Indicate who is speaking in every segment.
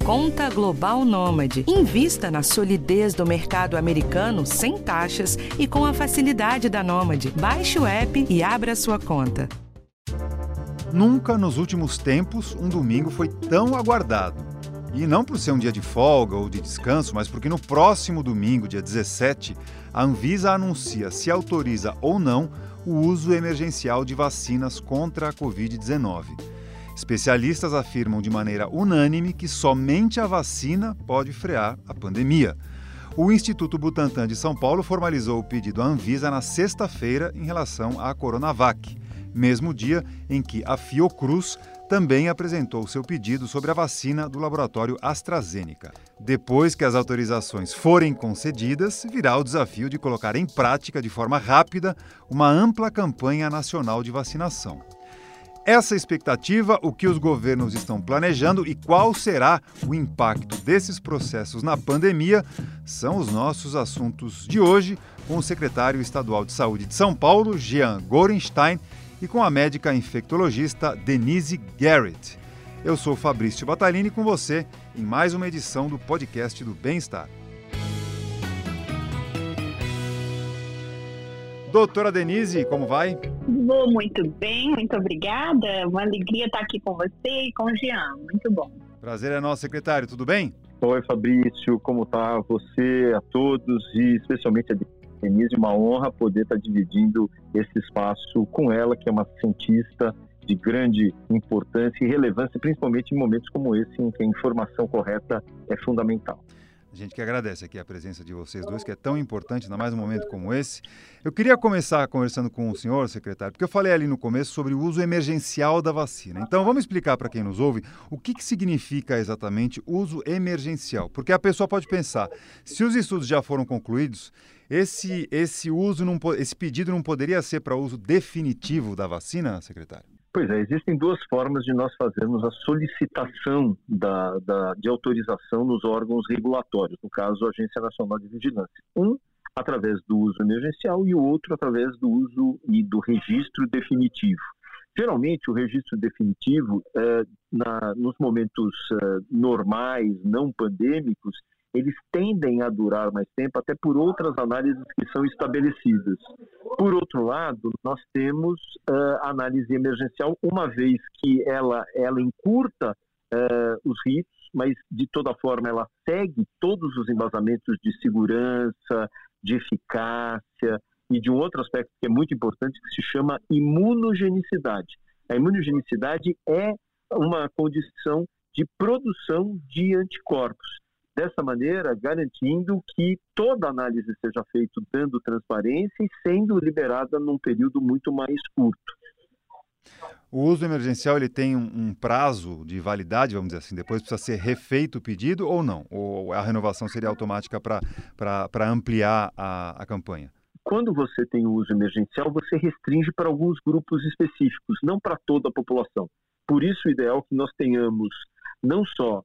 Speaker 1: Conta Global Nômade. Invista na solidez do mercado americano sem taxas e com a facilidade da Nômade. Baixe o app e abra sua conta.
Speaker 2: Nunca nos últimos tempos um domingo foi tão aguardado. E não por ser um dia de folga ou de descanso, mas porque no próximo domingo, dia 17, a Anvisa anuncia se autoriza ou não o uso emergencial de vacinas contra a Covid-19. Especialistas afirmam de maneira unânime que somente a vacina pode frear a pandemia. O Instituto Butantan de São Paulo formalizou o pedido à Anvisa na sexta-feira em relação à Coronavac, mesmo dia em que a Fiocruz também apresentou seu pedido sobre a vacina do laboratório AstraZeneca. Depois que as autorizações forem concedidas, virá o desafio de colocar em prática de forma rápida uma ampla campanha nacional de vacinação. Essa expectativa, o que os governos estão planejando e qual será o impacto desses processos na pandemia, são os nossos assuntos de hoje com o secretário estadual de Saúde de São Paulo, Jean Gorenstein, e com a médica infectologista Denise Garrett. Eu sou Fabrício Batalini com você em mais uma edição do podcast do Bem-Estar. Doutora Denise, como vai?
Speaker 3: Vou muito bem, muito obrigada. Uma alegria estar aqui com você e com o Jean. Muito bom.
Speaker 2: Prazer é nosso, secretário. Tudo bem?
Speaker 4: Oi, Fabrício. Como está você, a todos e especialmente a Denise? Uma honra poder estar dividindo esse espaço com ela, que é uma cientista de grande importância e relevância, principalmente em momentos como esse, em que a informação correta é fundamental.
Speaker 2: A gente que agradece aqui a presença de vocês dois, que é tão importante, ainda mais num momento como esse. Eu queria começar conversando com o senhor, secretário, porque eu falei ali no começo sobre o uso emergencial da vacina. Então, vamos explicar para quem nos ouve o que significa exatamente uso emergencial. Porque a pessoa pode pensar, se os estudos já foram concluídos, esse pedido não poderia ser para uso definitivo da vacina, secretário?
Speaker 4: Pois é, existem duas formas de nós fazermos a solicitação de autorização nos órgãos regulatórios, no caso, a Agência Nacional de Vigilância. Um, através do uso emergencial e o outro através do uso e do registro definitivo. Geralmente, o registro definitivo, nos momentos normais, não pandêmicos, eles tendem a durar mais tempo, até por outras análises que são estabelecidas. Por outro lado, nós temos a análise emergencial, uma vez que ela encurta os ritos, mas de toda forma ela segue todos os embasamentos de segurança, de eficácia e de um outro aspecto que é muito importante, que se chama imunogenicidade. A imunogenicidade é uma condição de produção de anticorpos. Dessa maneira, garantindo que toda análise seja feita dando transparência e sendo liberada num período muito mais curto.
Speaker 2: O uso emergencial ele tem um prazo de validade, vamos dizer assim, depois precisa ser refeito o pedido ou não? Ou a renovação seria automática para ampliar a campanha?
Speaker 4: Quando você tem o uso emergencial, você restringe para alguns grupos específicos, não para toda a população. Por isso, o ideal é que nós tenhamos não só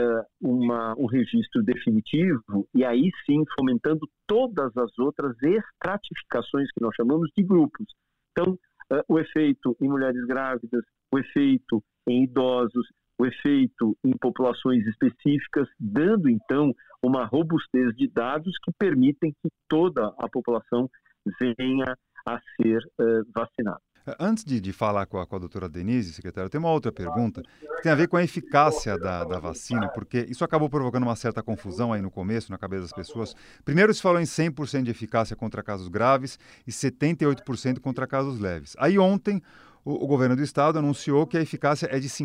Speaker 4: um registro definitivo e aí sim fomentando todas as outras estratificações que nós chamamos de grupos. Então, o efeito em mulheres grávidas, o efeito em idosos, o efeito em populações específicas, dando então uma robustez de dados que permitem que toda a população venha a ser vacinada.
Speaker 2: Antes de falar com a doutora Denise, secretário, eu tenho uma outra pergunta que tem a ver com a eficácia da vacina, porque isso acabou provocando uma certa confusão aí no começo, na cabeça das pessoas. Primeiro se falou em 100% de eficácia contra casos graves e 78% contra casos leves. Aí ontem o governo do estado anunciou que a eficácia é de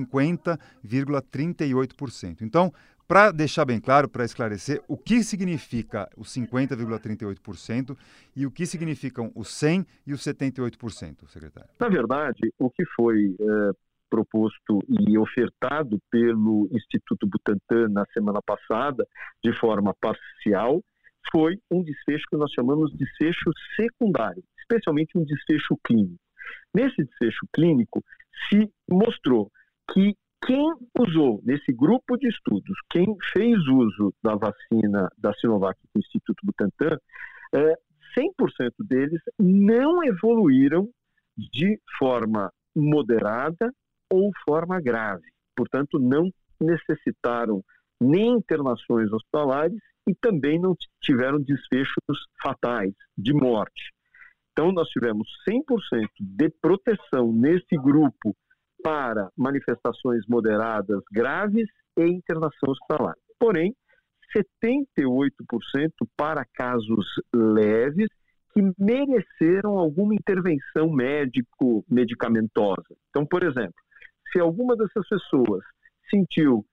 Speaker 2: 50,38%. Então, para deixar bem claro, para esclarecer, o que significa os 50,38% e o que significam os 100% e os 78%, secretário?
Speaker 4: Na verdade, o que foi proposto e ofertado pelo Instituto Butantan na semana passada, de forma parcial, foi um desfecho que nós chamamos de desfecho secundário, especialmente um desfecho clínico. Nesse desfecho clínico, se mostrou que quem usou nesse grupo de estudos, quem fez uso da vacina da Sinovac do Instituto Butantan, 100% deles não evoluíram de forma moderada ou forma grave. Portanto, não necessitaram nem internações hospitalares e também não tiveram desfechos fatais, de morte. Então, nós tivemos 100% de proteção nesse grupo para manifestações moderadas graves e internação hospitalar. Porém, 78% para casos leves que mereceram alguma intervenção medicamentosa. Então, por exemplo, se alguma dessas pessoas sentiu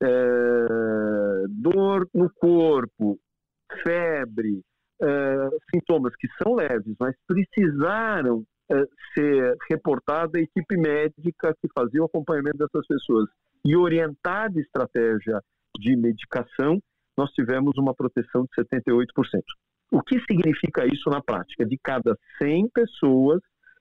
Speaker 4: dor no corpo, febre, sintomas que são leves, mas precisaram ser reportada à equipe médica que fazia o acompanhamento dessas pessoas e orientada a estratégia de medicação, nós tivemos uma proteção de 78%. O que significa isso na prática? De cada 100 pessoas,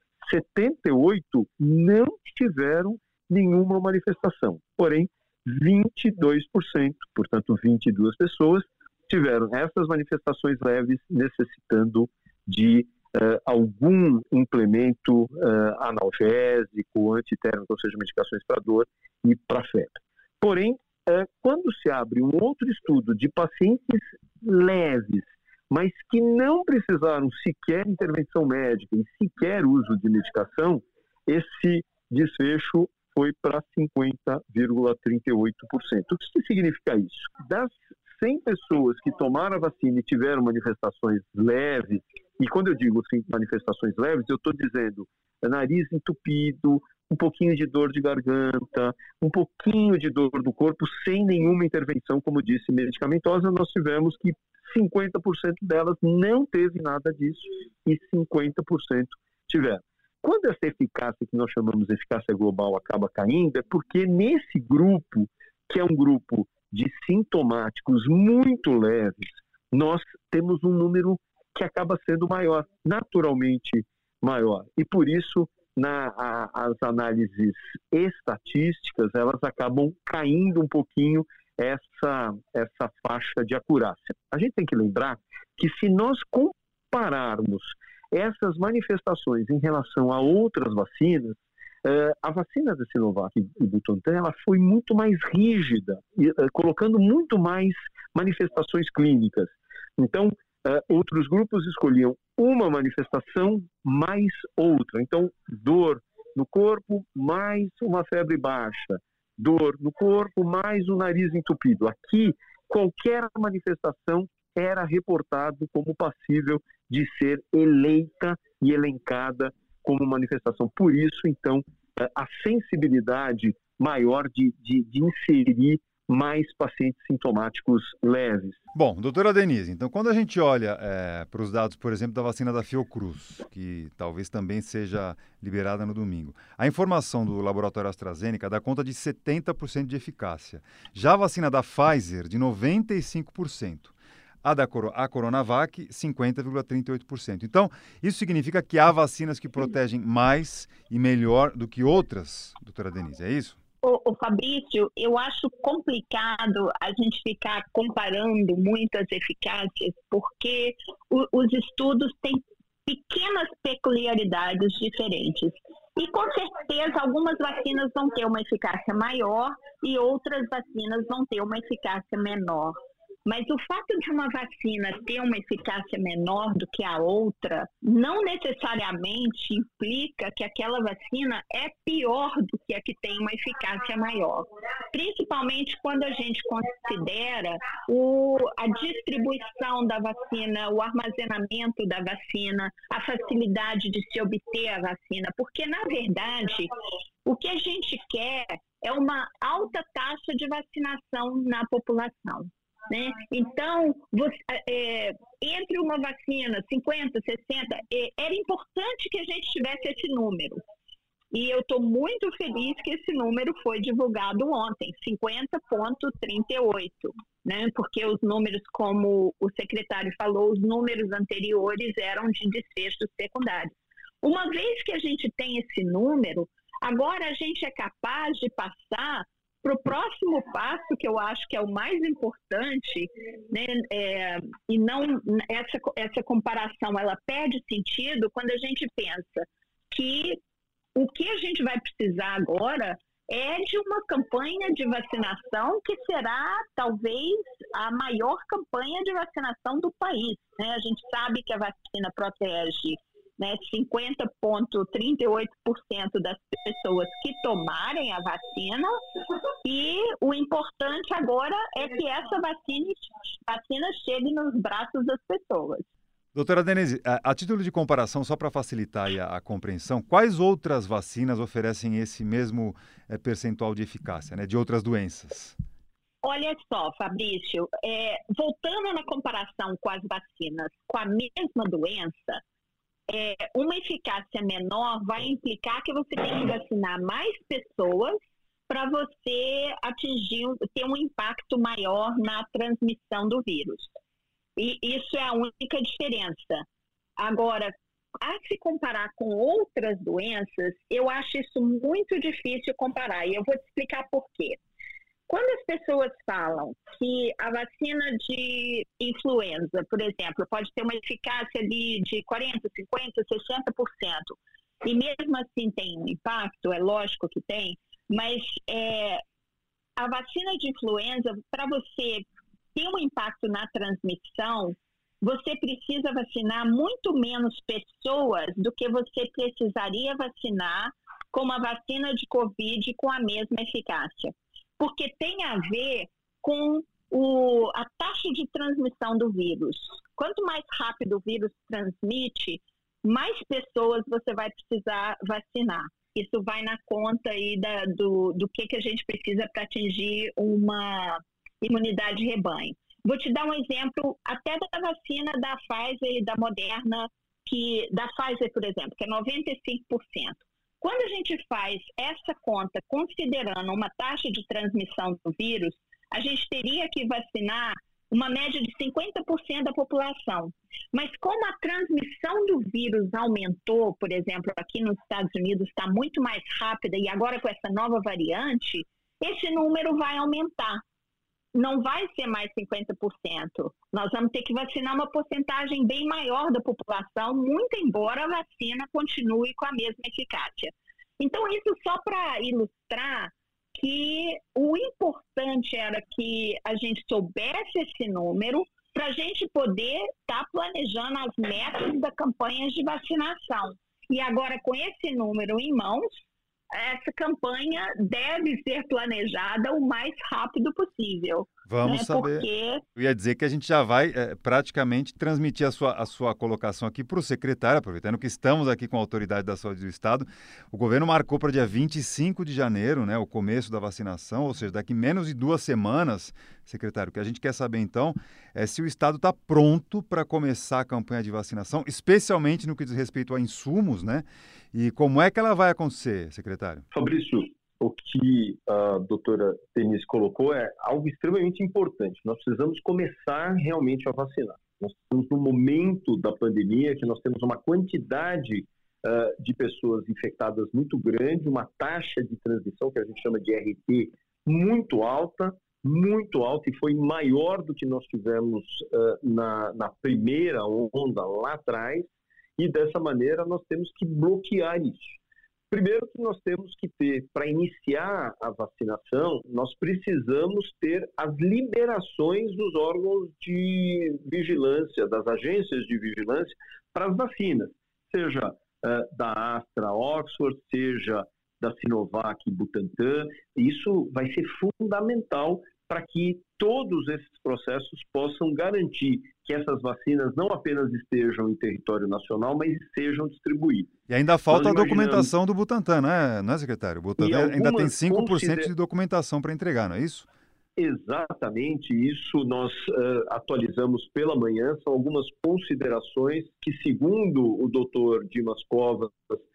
Speaker 4: 78 não tiveram nenhuma manifestação. Porém, 22%, portanto 22 pessoas, tiveram essas manifestações leves necessitando de algum implemento analgésico, antitérmico, ou seja, medicações para dor e para febre. Porém, quando se abre um outro estudo de pacientes leves, mas que não precisaram sequer intervenção médica e sequer uso de medicação, esse desfecho foi para 50,38%. O que significa isso? Das 100 pessoas que tomaram a vacina e tiveram manifestações leves, e quando eu digo manifestações leves, eu estou dizendo nariz entupido, um pouquinho de dor de garganta, um pouquinho de dor do corpo, sem nenhuma intervenção, como disse, medicamentosa, nós tivemos que 50% delas não teve nada disso e 50% tiveram. Quando essa eficácia que nós chamamos de eficácia global acaba caindo, é porque nesse grupo, que é um grupo de sintomáticos muito leves, nós temos um número que acaba sendo maior, naturalmente maior. E por isso, as análises estatísticas, elas acabam caindo um pouquinho essa faixa de acurácia. A gente tem que lembrar que se nós compararmos essas manifestações em relação a outras vacinas, a vacina da Sinovac e Butantan, ela foi muito mais rígida, colocando muito mais manifestações clínicas. Então, outros grupos escolhiam uma manifestação mais outra. Então, dor no corpo mais uma febre baixa, dor no corpo mais um nariz entupido. Aqui, qualquer manifestação era reportado como passível de ser eleita e elencada como manifestação. Por isso, então, a sensibilidade maior de inserir mais pacientes sintomáticos leves.
Speaker 2: Bom, doutora Denise, então quando a gente olha para os dados, por exemplo, da vacina da Fiocruz, que talvez também seja liberada no domingo, a informação do laboratório AstraZeneca dá conta de 70% de eficácia. Já a vacina da Pfizer, de 95%. A Coronavac, 50,38%. Então, isso significa que há vacinas que protegem mais e melhor do que outras, doutora Denise, é isso?
Speaker 3: Ô Fabrício, eu acho complicado a gente ficar comparando muitas eficácias, porque os estudos têm pequenas peculiaridades diferentes. E com certeza algumas vacinas vão ter uma eficácia maior e outras vacinas vão ter uma eficácia menor. Mas o fato de uma vacina ter uma eficácia menor do que a outra não necessariamente implica que aquela vacina é pior do que a que tem uma eficácia maior. Principalmente quando a gente considera a distribuição da vacina, o armazenamento da vacina, a facilidade de se obter a vacina. Porque, na verdade, o que a gente quer é uma alta taxa de vacinação na população. Né? Então, entre uma vacina, 50, 60, era importante que a gente tivesse esse número. E eu estou muito feliz que esse número foi divulgado ontem, 50,38, né? Porque os números, como o secretário falou, os números anteriores eram de desfechos secundários. Uma vez que a gente tem esse número, agora a gente é capaz de passar para o próximo passo, que eu acho que é o mais importante, né, e não essa comparação, ela perde sentido quando a gente pensa que o que a gente vai precisar agora é de uma campanha de vacinação que será talvez a maior campanha de vacinação do país, né? A gente sabe que a vacina protege, né, 50,38% das pessoas que tomarem a vacina, e o importante agora é que essa vacina chegue nos braços das pessoas.
Speaker 2: Doutora Denise, a título de comparação, só para facilitar aí a compreensão, quais outras vacinas oferecem esse mesmo percentual de eficácia, né, de outras doenças?
Speaker 3: Olha só, Fabrício, voltando na comparação com as vacinas com a mesma doença, uma eficácia menor vai implicar que você tem que vacinar mais pessoas para você ter um impacto maior na transmissão do vírus. E isso é a única diferença. Agora, a se comparar com outras doenças, eu acho isso muito difícil comparar. E eu vou te explicar por quê. Quando as pessoas falam que a vacina de influenza, por exemplo, pode ter uma eficácia de 40%, 50%, 60%, e mesmo assim tem um impacto, é lógico que tem, mas a vacina de influenza, para você ter um impacto na transmissão, você precisa vacinar muito menos pessoas do que você precisaria vacinar com uma vacina de Covid com a mesma eficácia. Porque tem a ver com a taxa de transmissão do vírus. Quanto mais rápido o vírus transmite, mais pessoas você vai precisar vacinar. Isso vai na conta aí do que a gente precisa para atingir uma imunidade de rebanho. Vou te dar um exemplo até da vacina da Pfizer e da Moderna, da Pfizer, por exemplo, que é 95%. Quando a gente faz essa conta considerando uma taxa de transmissão do vírus, a gente teria que vacinar uma média de 50% da população. Mas como a transmissão do vírus aumentou, por exemplo, aqui nos Estados Unidos está muito mais rápida e agora com essa nova variante, esse número vai aumentar. Não vai ser mais 50%. Nós vamos ter que vacinar uma porcentagem bem maior da população, muito embora a vacina continue com a mesma eficácia. Então, isso só para ilustrar que o importante era que a gente soubesse esse número para a gente poder estar planejando as metas da campanha de vacinação. E agora, com esse número em mãos, essa campanha deve ser planejada o mais rápido possível.
Speaker 2: Vamos saber.
Speaker 3: Porque...
Speaker 2: Eu ia dizer que a gente já vai praticamente transmitir a sua colocação aqui para o secretário, aproveitando que estamos aqui com a Autoridade da Saúde do Estado. O governo marcou para dia 25 de janeiro, né, o começo da vacinação, ou seja, daqui menos de 2 semanas, secretário. O que a gente quer saber, então, é se o Estado está pronto para começar a campanha de vacinação, especialmente no que diz respeito a insumos, né? E como é que ela vai acontecer, secretário?
Speaker 4: Fabrício, o que a doutora Denise colocou é algo extremamente importante. Nós precisamos começar realmente a vacinar. Nós estamos no momento da pandemia que nós temos uma quantidade de pessoas infectadas muito grande, uma taxa de transmissão que a gente chama de RT muito alta, e foi maior do que nós tivemos na primeira onda lá atrás, e dessa maneira nós temos que bloquear isso. Primeiro que nós temos que ter, para iniciar a vacinação, nós precisamos ter as liberações dos órgãos de vigilância, das agências de vigilância para as vacinas, seja da Astra Oxford, seja da Sinovac e Butantan. Isso vai ser fundamental para que todos esses processos possam garantir que essas vacinas não apenas estejam em território nacional, mas sejam distribuídas.
Speaker 2: E ainda falta a documentação do Butantan, não é, secretário? O Butantan ainda tem 5% de documentação para entregar, não é isso?
Speaker 4: Exatamente isso, nós atualizamos pela manhã, são algumas considerações que, segundo o doutor Dimas Covas,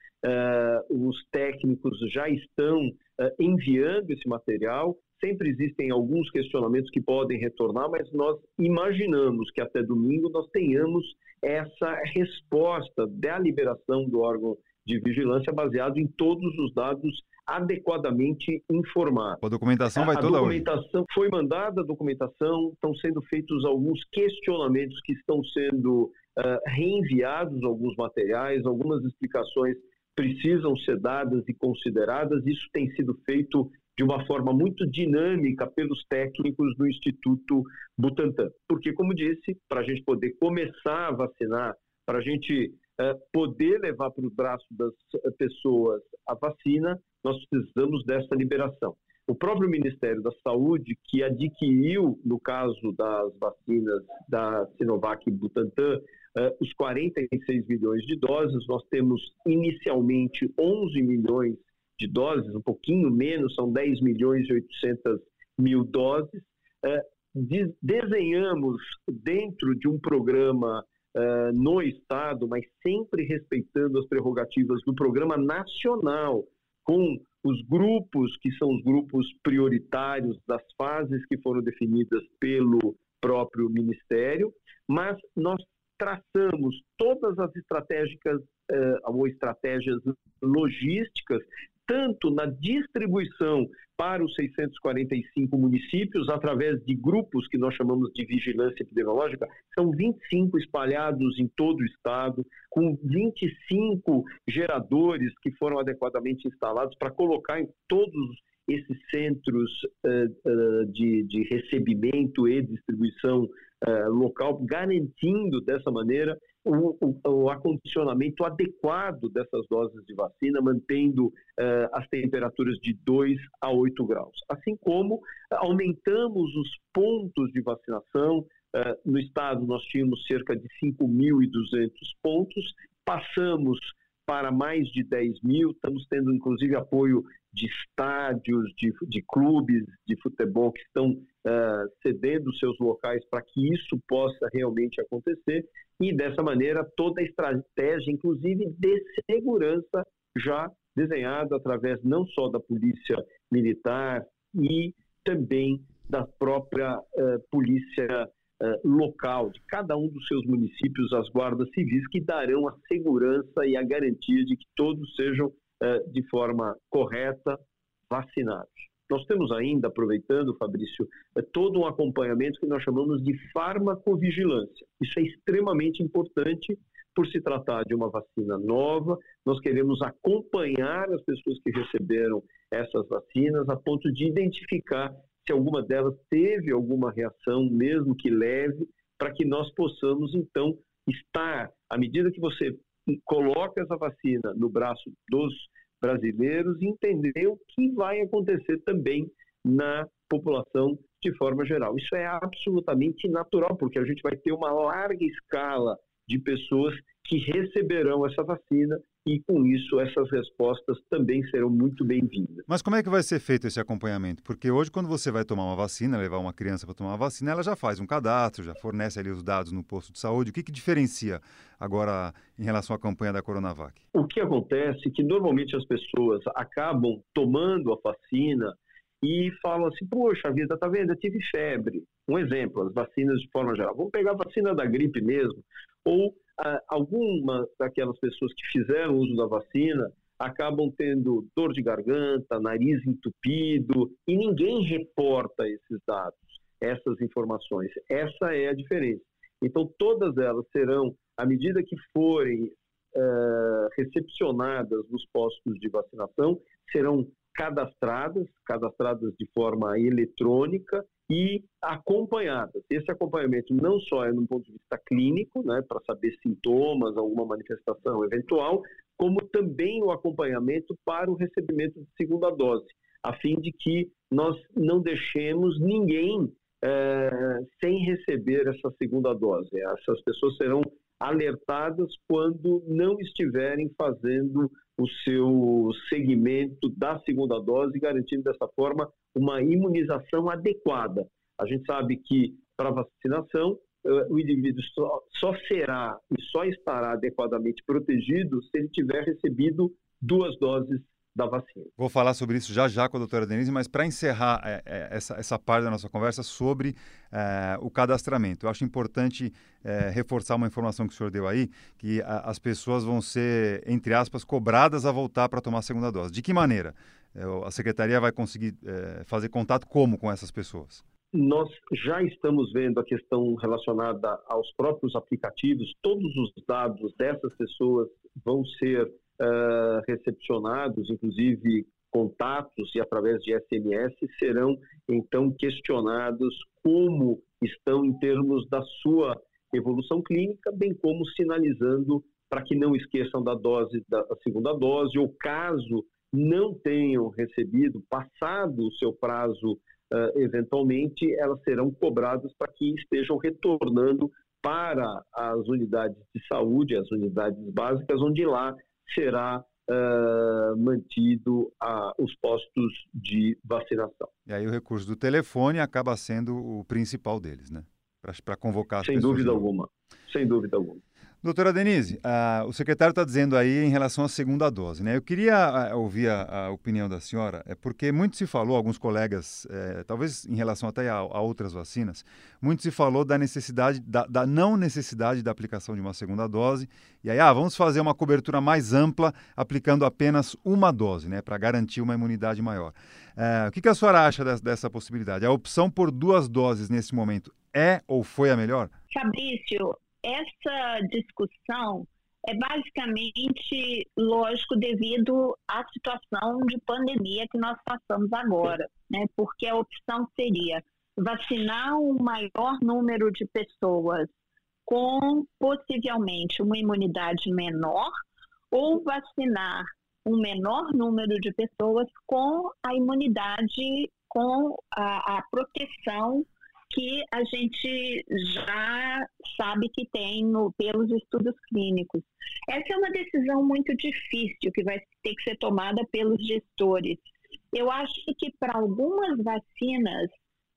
Speaker 4: os técnicos já estão enviando esse material. Sempre existem alguns questionamentos que podem retornar, mas nós imaginamos que até domingo nós tenhamos essa resposta da liberação do órgão de vigilância baseado em todos os dados adequadamente informados.
Speaker 2: A documentação vai toda hoje?
Speaker 4: A documentação foi mandada, estão sendo feitos alguns questionamentos que estão sendo reenviados, alguns materiais, algumas explicações precisam ser dadas e consideradas. Isso tem sido feito de uma forma muito dinâmica pelos técnicos do Instituto Butantan. Porque, como disse, para a gente poder começar a vacinar, para a gente poder levar para o braço das pessoas a vacina, nós precisamos dessa liberação. O próprio Ministério da Saúde, que adquiriu, no caso das vacinas da Sinovac e Butantan, os 46 milhões de doses, nós temos inicialmente 11 milhões de doses, um pouquinho menos, são 10 milhões e 800 mil doses. Desenhamos dentro de um programa no Estado, mas sempre respeitando as prerrogativas do programa nacional, com os grupos que são os grupos prioritários das fases que foram definidas pelo próprio Ministério, mas nós traçamos todas as estratégias logísticas, tanto na distribuição para os 645 municípios, através de grupos que nós chamamos de vigilância epidemiológica, são 25 espalhados em todo o estado, com 25 geradores que foram adequadamente instalados para colocar em todos esses centros de recebimento e distribuição local, garantindo dessa maneira o acondicionamento adequado dessas doses de vacina, mantendo as temperaturas de 2 a 8 graus. Assim como aumentamos os pontos de vacinação. No estado nós tínhamos cerca de 5.200 pontos, passamos para mais de 10 mil, estamos tendo inclusive apoio de estádios, de clubes de futebol que estão cedendo seus locais para que isso possa realmente acontecer, e dessa maneira toda a estratégia, inclusive de segurança, já desenhada através não só da Polícia Militar e também da própria Polícia local, de cada um dos seus municípios, as guardas civis, que darão a segurança e a garantia de que todos sejam de forma correta vacinados. Nós temos ainda, aproveitando, Fabrício, todo um acompanhamento que nós chamamos de farmacovigilância. Isso é extremamente importante por se tratar de uma vacina nova. Nós queremos acompanhar as pessoas que receberam essas vacinas a ponto de identificar se alguma delas teve alguma reação, mesmo que leve, para que nós possamos, então, estar, à medida que você coloca essa vacina no braço dos brasileiros, entender o que vai acontecer também na população de forma geral. Isso é absolutamente natural, porque a gente vai ter uma larga escala de pessoas que receberão essa vacina e, com isso, essas respostas também serão muito bem-vindas.
Speaker 2: Mas como é que vai ser feito esse acompanhamento? Porque hoje, quando você vai tomar uma vacina, levar uma criança para tomar uma vacina, ela já faz um cadastro, já fornece ali os dados no posto de saúde. O que diferencia agora em relação à campanha da Coronavac?
Speaker 4: O que acontece é que, normalmente, as pessoas acabam tomando a vacina e falam assim, poxa vida, tá vendo, eu tive febre. Um exemplo, as vacinas de forma geral. Vamos pegar a vacina da gripe mesmo, ou algumas daquelas pessoas que fizeram uso da vacina acabam tendo dor de garganta, nariz entupido, e ninguém reporta esses dados, essas informações. Essa é a diferença. Então, todas elas serão, à medida que forem recepcionadas nos postos de vacinação, serão cadastradas de forma eletrônica e acompanhadas. Esse acompanhamento não só é no ponto de vista clínico, né, para saber sintomas, alguma manifestação eventual, como também o acompanhamento para o recebimento de segunda dose, a fim de que nós não deixemos ninguém sem receber essa segunda dose. Essas pessoas serão alertadas quando não estiverem fazendo o seu segmento da segunda dose, garantindo dessa forma uma imunização adequada. A gente sabe que para vacinação o indivíduo só será e só estará adequadamente protegido se ele tiver recebido 2 doses da vacina.
Speaker 2: Vou falar sobre isso já com a doutora Denise, mas para encerrar essa parte da nossa conversa sobre o cadastramento, eu acho importante reforçar uma informação que o senhor deu aí, que as pessoas vão ser, entre aspas, cobradas a voltar para tomar a segunda dose. De que maneira? A Secretaria vai conseguir fazer contato como com essas pessoas?
Speaker 4: Nós já estamos vendo a questão relacionada aos próprios aplicativos. Todos os dados dessas pessoas vão ser recepcionados, inclusive contatos e através de SMS, serão então questionados como estão em termos da sua evolução clínica, bem como sinalizando para que não esqueçam da segunda dose, ou caso não tenham recebido, passado o seu prazo, eventualmente, elas serão cobradas para que estejam retornando para as unidades de saúde, as unidades básicas, onde lá será mantido os postos de vacinação.
Speaker 2: E aí o recurso do telefone acaba sendo o principal deles, né? Para convocar as
Speaker 4: Sem
Speaker 2: pessoas.
Speaker 4: Dúvida alguma, sem dúvida alguma.
Speaker 2: Doutora Denise, o secretário está dizendo aí em relação à segunda dose, né? Eu queria ouvir a opinião da senhora, porque muito se falou, alguns colegas, talvez em relação até a outras vacinas, muito se falou da necessidade, da não necessidade da aplicação de uma segunda dose, e aí, vamos fazer uma cobertura mais ampla aplicando apenas uma dose, né? Para garantir uma imunidade maior. O que a senhora acha dessa possibilidade? A opção por 2 doses nesse momento é ou foi a melhor?
Speaker 3: Fabrício, essa discussão é basicamente, lógico, devido à situação de pandemia que nós passamos agora, né? Porque a opção seria vacinar um maior número de pessoas com possivelmente uma imunidade menor ou vacinar um menor número de pessoas com a imunidade, com a proteção que a gente já sabe que tem pelos estudos clínicos. Essa é uma decisão muito difícil que vai ter que ser tomada pelos gestores. Eu acho que para algumas vacinas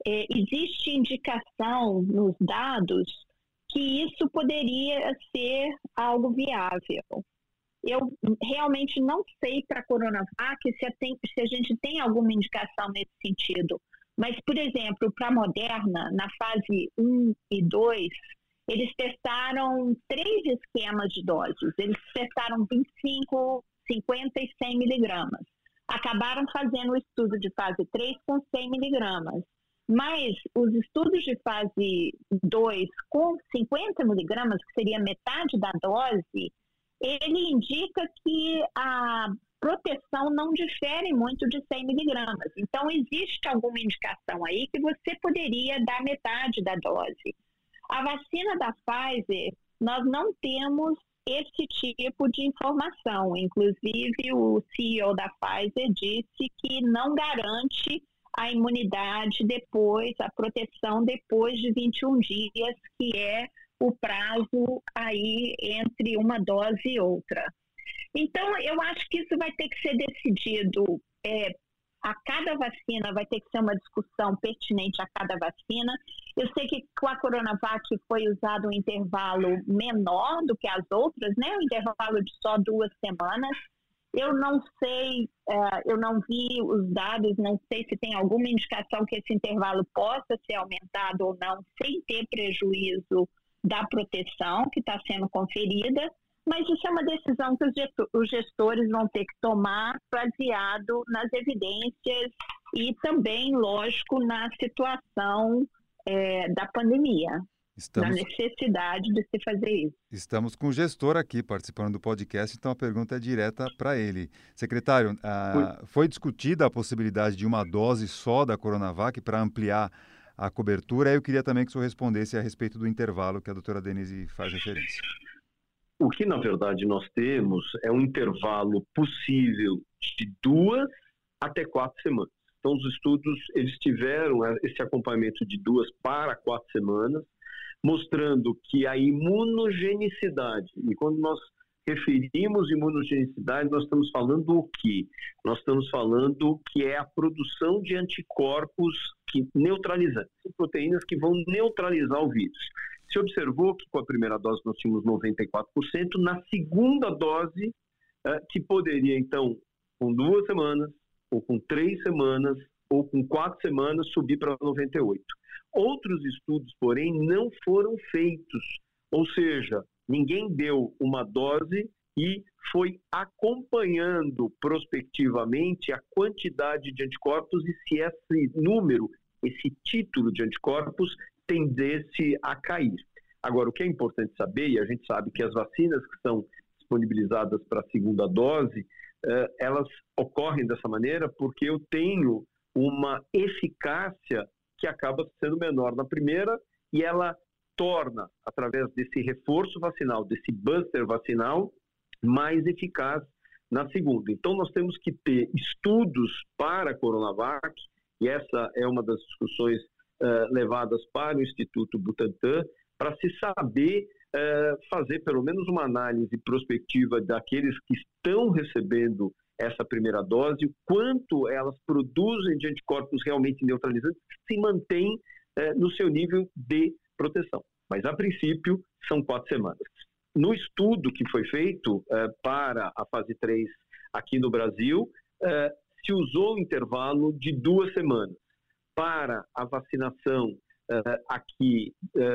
Speaker 3: existe indicação nos dados que isso poderia ser algo viável. Eu realmente não sei para a Coronavac se a gente tem alguma indicação nesse sentido. Mas, por exemplo, para a Moderna, na fase 1 e 2, eles testaram 3 esquemas de doses. Eles testaram 25, 50 e 100 miligramas. Acabaram fazendo o estudo de fase 3 com 100 miligramas. Mas os estudos de fase 2 com 50 miligramas, que seria metade da dose, ele indica que a proteção não difere muito de 100 miligramas. Então, existe alguma indicação aí que você poderia dar metade da dose. A vacina da Pfizer, nós não temos esse tipo de informação. Inclusive, o CEO da Pfizer disse que não garante a imunidade depois, a proteção depois de 21 dias, que é o prazo aí entre uma dose e outra. Então, eu acho que isso vai ter que ser decidido a cada vacina, vai ter que ser uma discussão pertinente a cada vacina. Eu sei que com a Coronavac foi usado um intervalo menor do que as outras, né? Um intervalo de só 2 semanas. Eu não sei, eu não vi os dados, não sei se tem alguma indicação que esse intervalo possa ser aumentado ou não, sem ter prejuízo da proteção que está sendo conferida. Mas isso é uma decisão que os gestores vão ter que tomar baseado nas evidências e também, lógico, na situação da pandemia, na necessidade de se fazer isso.
Speaker 2: Estamos com o gestor aqui participando do podcast, então a pergunta é direta para ele. Secretário, foi discutida a possibilidade de uma dose só da Coronavac para ampliar a cobertura? Eu queria também que o senhor respondesse a respeito do intervalo que a doutora Denise faz referência.
Speaker 4: O que, na verdade, nós temos é um intervalo possível de 2 até 4 semanas. Então, os estudos, eles tiveram esse acompanhamento de 2 para 4 semanas, mostrando que a imunogenicidade, e quando nós referimos imunogenicidade, nós estamos falando o quê? Nós estamos falando que é a produção de anticorpos neutralizantes, proteínas que vão neutralizar o vírus. Se observou que com a primeira dose nós tínhamos 94%, na segunda dose, que poderia, então, com 2 semanas, ou com 3 semanas, ou com 4 semanas, subir para 98%. Outros estudos, porém, não foram feitos, ou seja, ninguém deu uma dose e foi acompanhando prospectivamente a quantidade de anticorpos e se esse número, esse título de anticorpos tendesse a cair. Agora, o que é importante saber, e a gente sabe que as vacinas que são disponibilizadas para a segunda dose, elas ocorrem dessa maneira porque eu tenho uma eficácia que acaba sendo menor na primeira e ela torna, através desse reforço vacinal, desse booster vacinal, mais eficaz na segunda. Então, nós temos que ter estudos para a Coronavac, e essa é uma das discussões levadas para o Instituto Butantan, para se saber fazer pelo menos uma análise prospectiva daqueles que estão recebendo essa primeira dose, o quanto elas produzem de anticorpos realmente neutralizantes que se mantém no seu nível de proteção. Mas, a princípio, são 4 semanas. No estudo que foi feito para a fase 3 aqui no Brasil, se usou um intervalo de 2 semanas. Para a vacinação aqui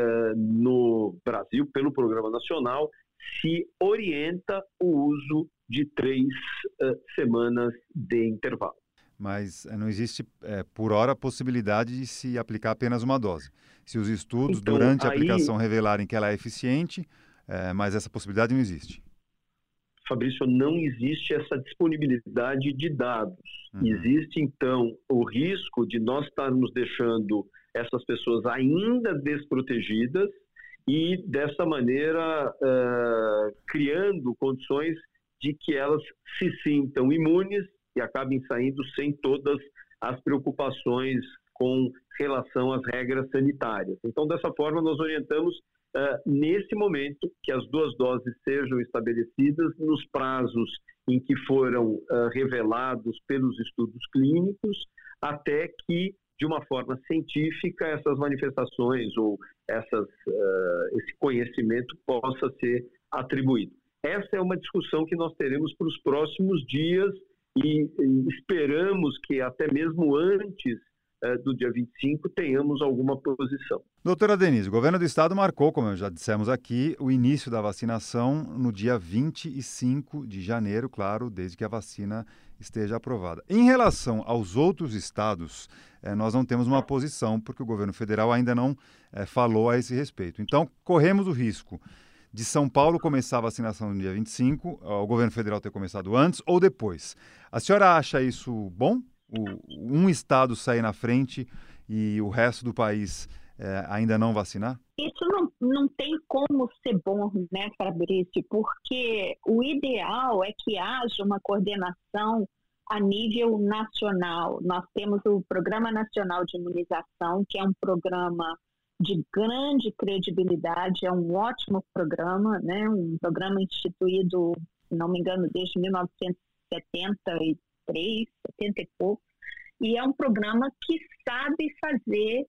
Speaker 4: no Brasil, pelo Programa Nacional, se orienta o uso de 3 semanas de intervalo.
Speaker 2: Mas não existe, por hora, a possibilidade de se aplicar apenas uma dose. Se os estudos,
Speaker 4: então,
Speaker 2: durante a aplicação, revelarem que ela é eficiente, mas essa possibilidade não existe.
Speaker 4: Fabrício, não existe essa disponibilidade de dados. Existe, então, o risco de nós estarmos deixando essas pessoas ainda desprotegidas e, dessa maneira, criando condições de que elas se sintam imunes e acabem saindo sem todas as preocupações com relação às regras sanitárias. Então, dessa forma, nós orientamos, nesse momento, que as 2 doses sejam estabelecidas nos prazos em que foram revelados pelos estudos clínicos, até que, de uma forma científica, essas manifestações ou esse conhecimento possa ser atribuído. Essa é uma discussão que nós teremos para os próximos dias e esperamos que até mesmo antes do dia 25 tenhamos alguma posição.
Speaker 2: Doutora Denise, o governo do estado marcou, como já dissemos aqui, o início da vacinação no dia 25 de janeiro, claro, desde que a vacina esteja aprovada. Em relação aos outros estados, nós não temos uma posição, porque o governo federal ainda não falou a esse respeito. Então, corremos o risco de São Paulo começar a vacinação no dia 25, o governo federal ter começado antes ou depois. A senhora acha isso bom? Um estado sair na frente e o resto do país ainda não vacinar?
Speaker 3: Isso não tem como ser bom, né, Fabrício? Porque o ideal é que haja uma coordenação a nível nacional. Nós temos o Programa Nacional de Imunização, que é um programa de grande credibilidade, é um ótimo programa, né? Um programa instituído, se não me engano, desde 1973, 70 e pouco, e é um programa que sabe fazer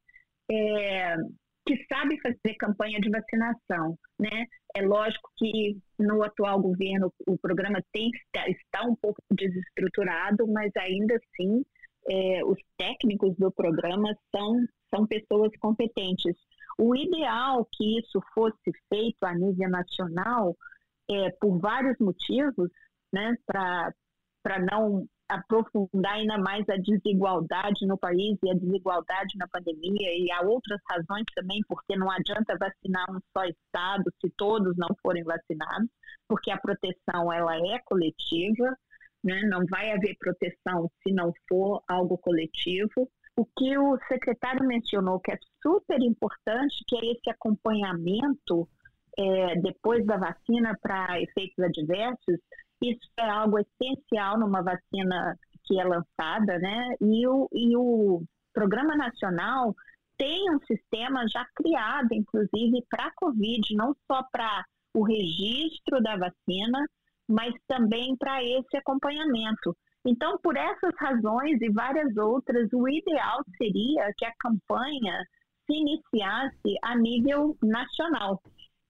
Speaker 3: campanha de vacinação, né? É lógico que no atual governo o programa está um pouco desestruturado, mas ainda assim os técnicos do programa são pessoas competentes. O ideal que isso fosse feito a nível nacional, por vários motivos, né, para não aprofundar ainda mais a desigualdade no país e a desigualdade na pandemia, e há outras razões também, porque não adianta vacinar um só estado se todos não forem vacinados, porque a proteção ela é coletiva, né? Não vai haver proteção se não for algo coletivo. O que o secretário mencionou que é super importante, que é esse acompanhamento depois da vacina para efeitos adversos. Isso é algo essencial numa vacina que é lançada, né? E o Programa Nacional tem um sistema já criado, inclusive, para a Covid, não só para o registro da vacina, mas também para esse acompanhamento. Então, por essas razões e várias outras, o ideal seria que a campanha se iniciasse a nível nacional.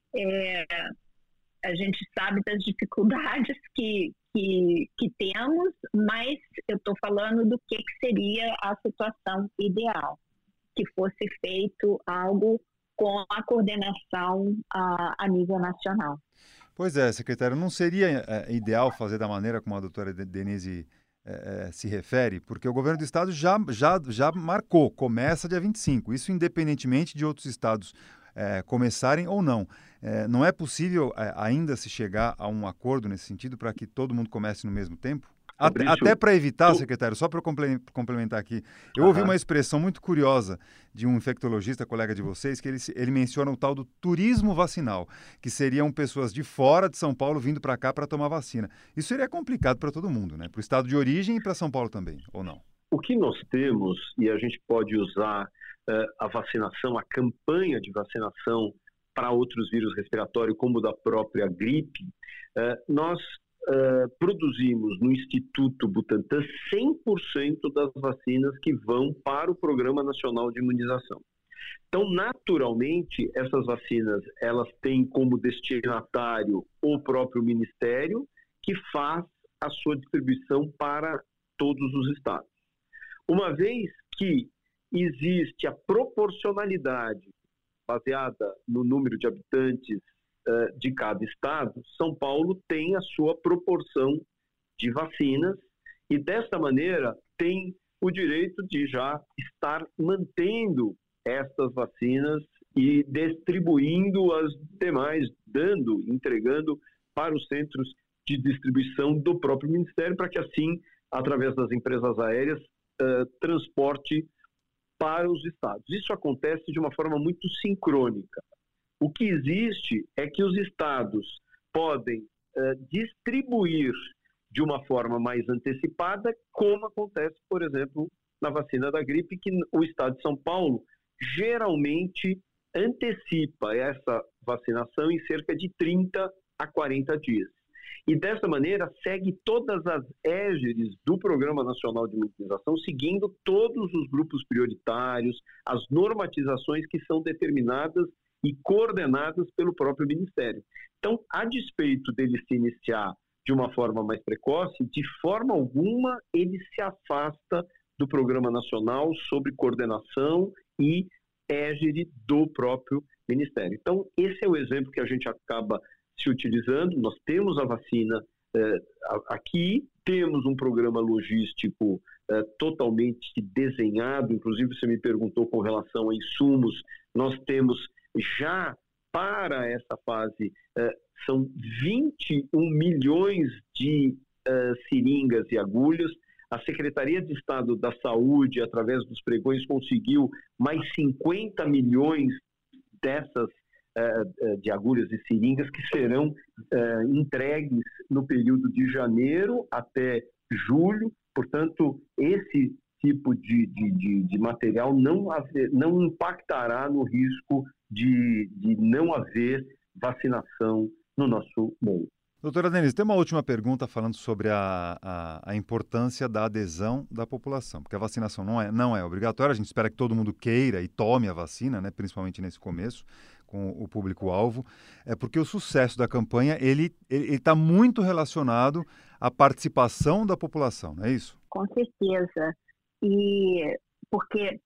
Speaker 3: A gente sabe das dificuldades que temos, mas eu estou falando do que seria a situação ideal, que fosse feito algo com a coordenação a nível nacional.
Speaker 2: Pois é, secretário, não seria ideal fazer da maneira como a doutora Denise se refere? Porque o governo do estado já marcou, começa dia 25, isso independentemente de outros estados começarem ou não. Não é possível ainda se chegar a um acordo nesse sentido para que todo mundo comece no mesmo tempo? Até para evitar, secretário, só para complementar aqui, eu ouvi uma expressão muito curiosa de um infectologista, colega de vocês, que ele menciona o tal do turismo vacinal, que seriam pessoas de fora de São Paulo vindo para cá para tomar vacina. Isso seria complicado para todo mundo, né? Para o estado de origem e para São Paulo também, ou não?
Speaker 4: O que nós temos, e a gente pode usar a vacinação, a campanha de vacinação para outros vírus respiratórios, como o da própria gripe, nós produzimos no Instituto Butantan 100% das vacinas que vão para o Programa Nacional de Imunização. Então, naturalmente, essas vacinas, elas têm como destinatário o próprio Ministério, que faz a sua distribuição para todos os estados. Uma vez que existe a proporcionalidade baseada no número de habitantes de cada estado, São Paulo tem a sua proporção de vacinas e, dessa maneira, tem o direito de já estar mantendo estas vacinas e distribuindo as demais, entregando para os centros de distribuição do próprio Ministério, para que assim, através das empresas aéreas, transporte para os estados. Isso acontece de uma forma muito sincrônica. O que existe é que os estados podem distribuir de uma forma mais antecipada, como acontece, por exemplo, na vacina da gripe, que o estado de São Paulo geralmente antecipa essa vacinação em cerca de 30 a 40 dias. E dessa maneira segue todas as égires do Programa Nacional de Imunização, seguindo todos os grupos prioritários, as normatizações que são determinadas e coordenadas pelo próprio Ministério. Então, a despeito dele se iniciar de uma forma mais precoce, de forma alguma ele se afasta do Programa Nacional sob coordenação e égide do próprio Ministério. Então, esse é o exemplo que a gente acaba se utilizando. Nós temos a vacina aqui, temos um programa logístico totalmente desenhado, inclusive você me perguntou com relação a insumos, nós temos já para essa fase, são 21 milhões de seringas e agulhas. A Secretaria de Estado da Saúde, através dos pregões, conseguiu mais 50 milhões dessas de agulhas e seringas que serão entregues no período de janeiro até julho. Portanto, esse tipo de material não impactará no risco de não haver vacinação no nosso meio.
Speaker 2: Doutora Denise, tem uma última pergunta falando sobre a importância da adesão da população, porque a vacinação não é obrigatória, a gente espera que todo mundo queira e tome a vacina, né, principalmente nesse começo, com o público-alvo, porque o sucesso da campanha ele está muito relacionado à participação da população, não é isso?
Speaker 3: Com certeza. E porque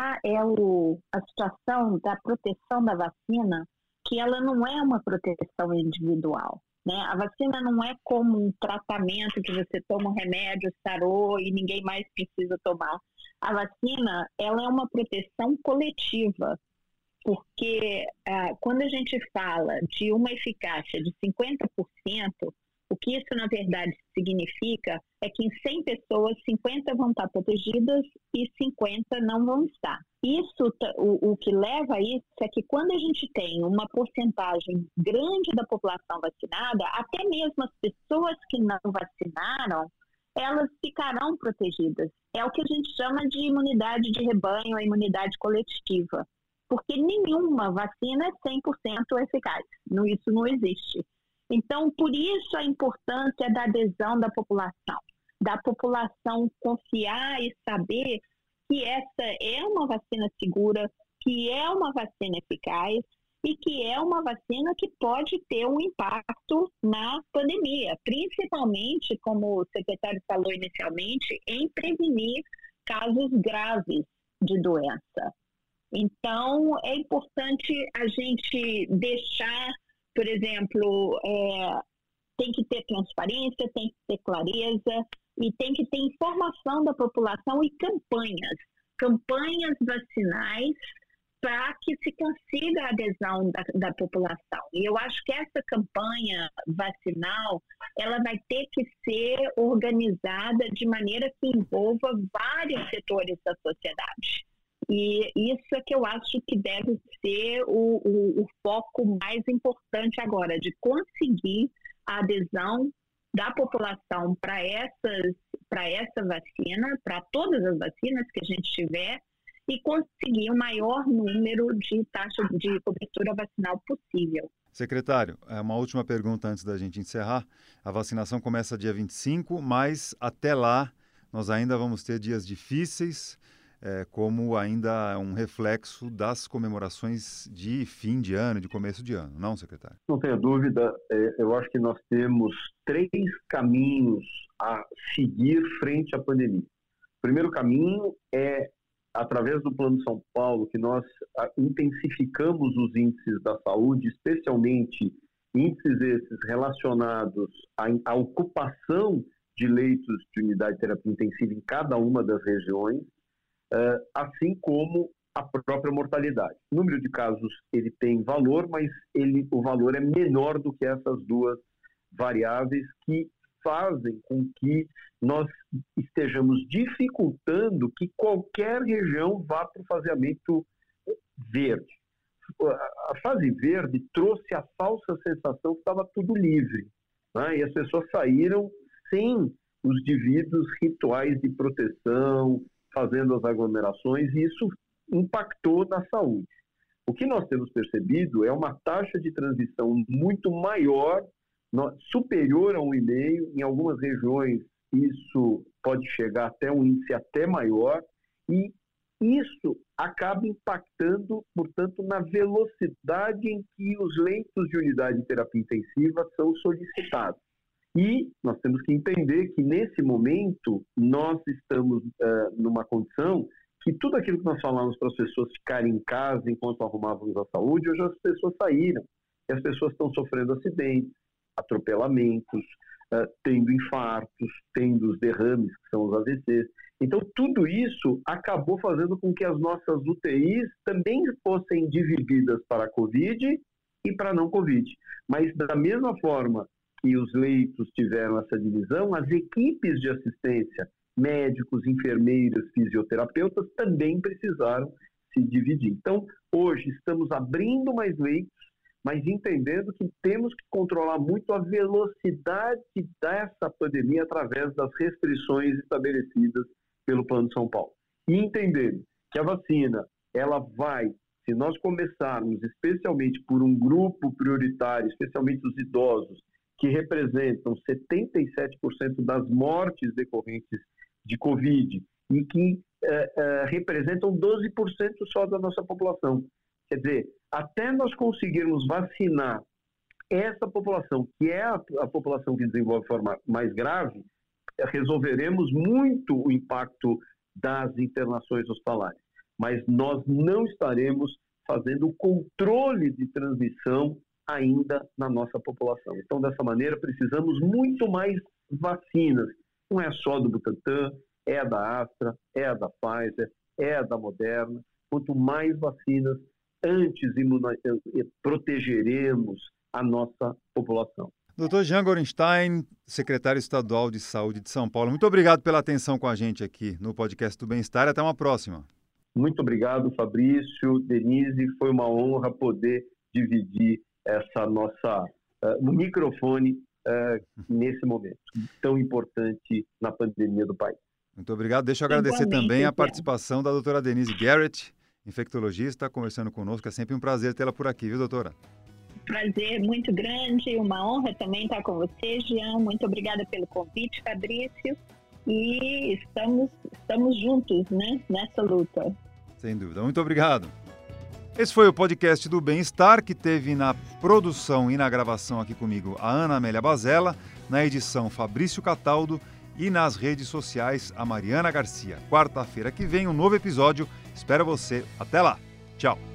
Speaker 3: a situação da proteção da vacina, que ela não é uma proteção individual, né? A vacina não é como um tratamento que você toma um remédio, sarou e ninguém mais precisa tomar. A vacina, ela é uma proteção coletiva, porque quando a gente fala de uma eficácia de 50%, o que isso, na verdade, significa é que em 100 pessoas, 50 vão estar protegidas e 50 não vão estar. Isso, o que leva a isso é que quando a gente tem uma porcentagem grande da população vacinada, até mesmo as pessoas que não vacinaram, elas ficarão protegidas. É o que a gente chama de imunidade de rebanho, a imunidade coletiva. Porque nenhuma vacina é 100% eficaz. Isso não existe. Então, por isso a importância da adesão da população confiar e saber que essa é uma vacina segura, que é uma vacina eficaz e que é uma vacina que pode ter um impacto na pandemia, principalmente, como o secretário falou inicialmente, em prevenir casos graves de doença. Então, é importante a gente deixar, por exemplo, tem que ter transparência, tem que ter clareza e tem que ter informação da população e campanhas vacinais para que se consiga a adesão da população. E eu acho que essa campanha vacinal, ela vai ter que ser organizada de maneira que envolva vários setores da sociedade. E isso é que eu acho que deve ser o foco mais importante agora, de conseguir a adesão da população para essa vacina, para todas as vacinas que a gente tiver, e conseguir o maior número de taxa de cobertura vacinal possível.
Speaker 2: Secretário, uma última pergunta antes da gente encerrar. A vacinação começa dia 25, mas até lá nós ainda vamos ter dias difíceis, como ainda um reflexo das comemorações de fim de ano, de começo de ano, não, secretário?
Speaker 4: Não tenha dúvida, eu acho que nós temos 3 caminhos a seguir frente à pandemia. O primeiro caminho é através do Plano São Paulo, que nós intensificamos os índices da saúde, especialmente índices esses relacionados à ocupação de leitos de unidade de terapia intensiva em cada uma das regiões, assim como a própria mortalidade. O número de casos ele tem valor, mas o valor é menor do que essas duas variáveis que fazem com que nós estejamos dificultando que qualquer região vá para o faseamento verde. A fase verde trouxe a falsa sensação que estava tudo livre, né? E as pessoas saíram sem os devidos rituais de proteção, fazendo as aglomerações, e isso impactou na saúde. O que nós temos percebido é uma taxa de transmissão muito maior, superior a 1,5, em algumas regiões isso pode chegar até um índice até maior, e isso acaba impactando, portanto, na velocidade em que os leitos de unidade de terapia intensiva são solicitados. E nós temos que entender que, nesse momento, nós estamos numa condição que tudo aquilo que nós falamos para as pessoas ficarem em casa enquanto arrumávamos a saúde, hoje as pessoas saíram. E as pessoas estão sofrendo acidentes, atropelamentos, tendo infartos, tendo os derrames, que são os AVCs. Então, tudo isso acabou fazendo com que as nossas UTIs também fossem divididas para Covid e para não Covid. Mas, da mesma forma que os leitos tiveram essa divisão, as equipes de assistência, médicos, enfermeiras, fisioterapeutas, também precisaram se dividir. Então, hoje estamos abrindo mais leitos, mas entendendo que temos que controlar muito a velocidade dessa pandemia através das restrições estabelecidas pelo Plano São Paulo. E entendendo que a vacina, ela vai, se nós começarmos especialmente por um grupo prioritário, especialmente os idosos, que representam 77% das mortes decorrentes de Covid e que representam 12% só da nossa população. Quer dizer, até nós conseguirmos vacinar essa população, que é a população que desenvolve de forma mais grave, resolveremos muito o impacto das internações hospitalares. Mas nós não estaremos fazendo o controle de transmissão ainda na nossa população. Então, dessa maneira, precisamos muito mais vacinas. Não é só do Butantan, é a da Astra, é a da Pfizer, é a da Moderna. Quanto mais vacinas, antes protegeremos a nossa população.
Speaker 2: Dr. Jean Gorenstein, secretário estadual de Saúde de São Paulo, muito obrigado pela atenção com a gente aqui no podcast do Bem-Estar. Até uma próxima.
Speaker 4: Muito obrigado, Fabrício, Denise. Foi uma honra poder dividir essa nossa no microfone nesse momento tão importante na pandemia do país.
Speaker 2: Muito obrigado. Deixa eu agradecer também a participação da doutora Denise Garrett, infectologista, conversando conosco. É sempre um prazer tê-la por aqui, viu, doutora?
Speaker 3: Prazer muito grande, uma honra também estar com você, Jean. Muito obrigada pelo convite, Fabrício. E estamos juntos, né, nessa luta.
Speaker 2: Sem dúvida. Muito obrigado. Esse foi o podcast do Bem-Estar, que teve na produção e na gravação aqui comigo a Ana Amélia Bazella, na edição Fabrício Cataldo e nas redes sociais a Mariana Garcia. Quarta-feira que vem um novo episódio. Espero você. Até lá. Tchau.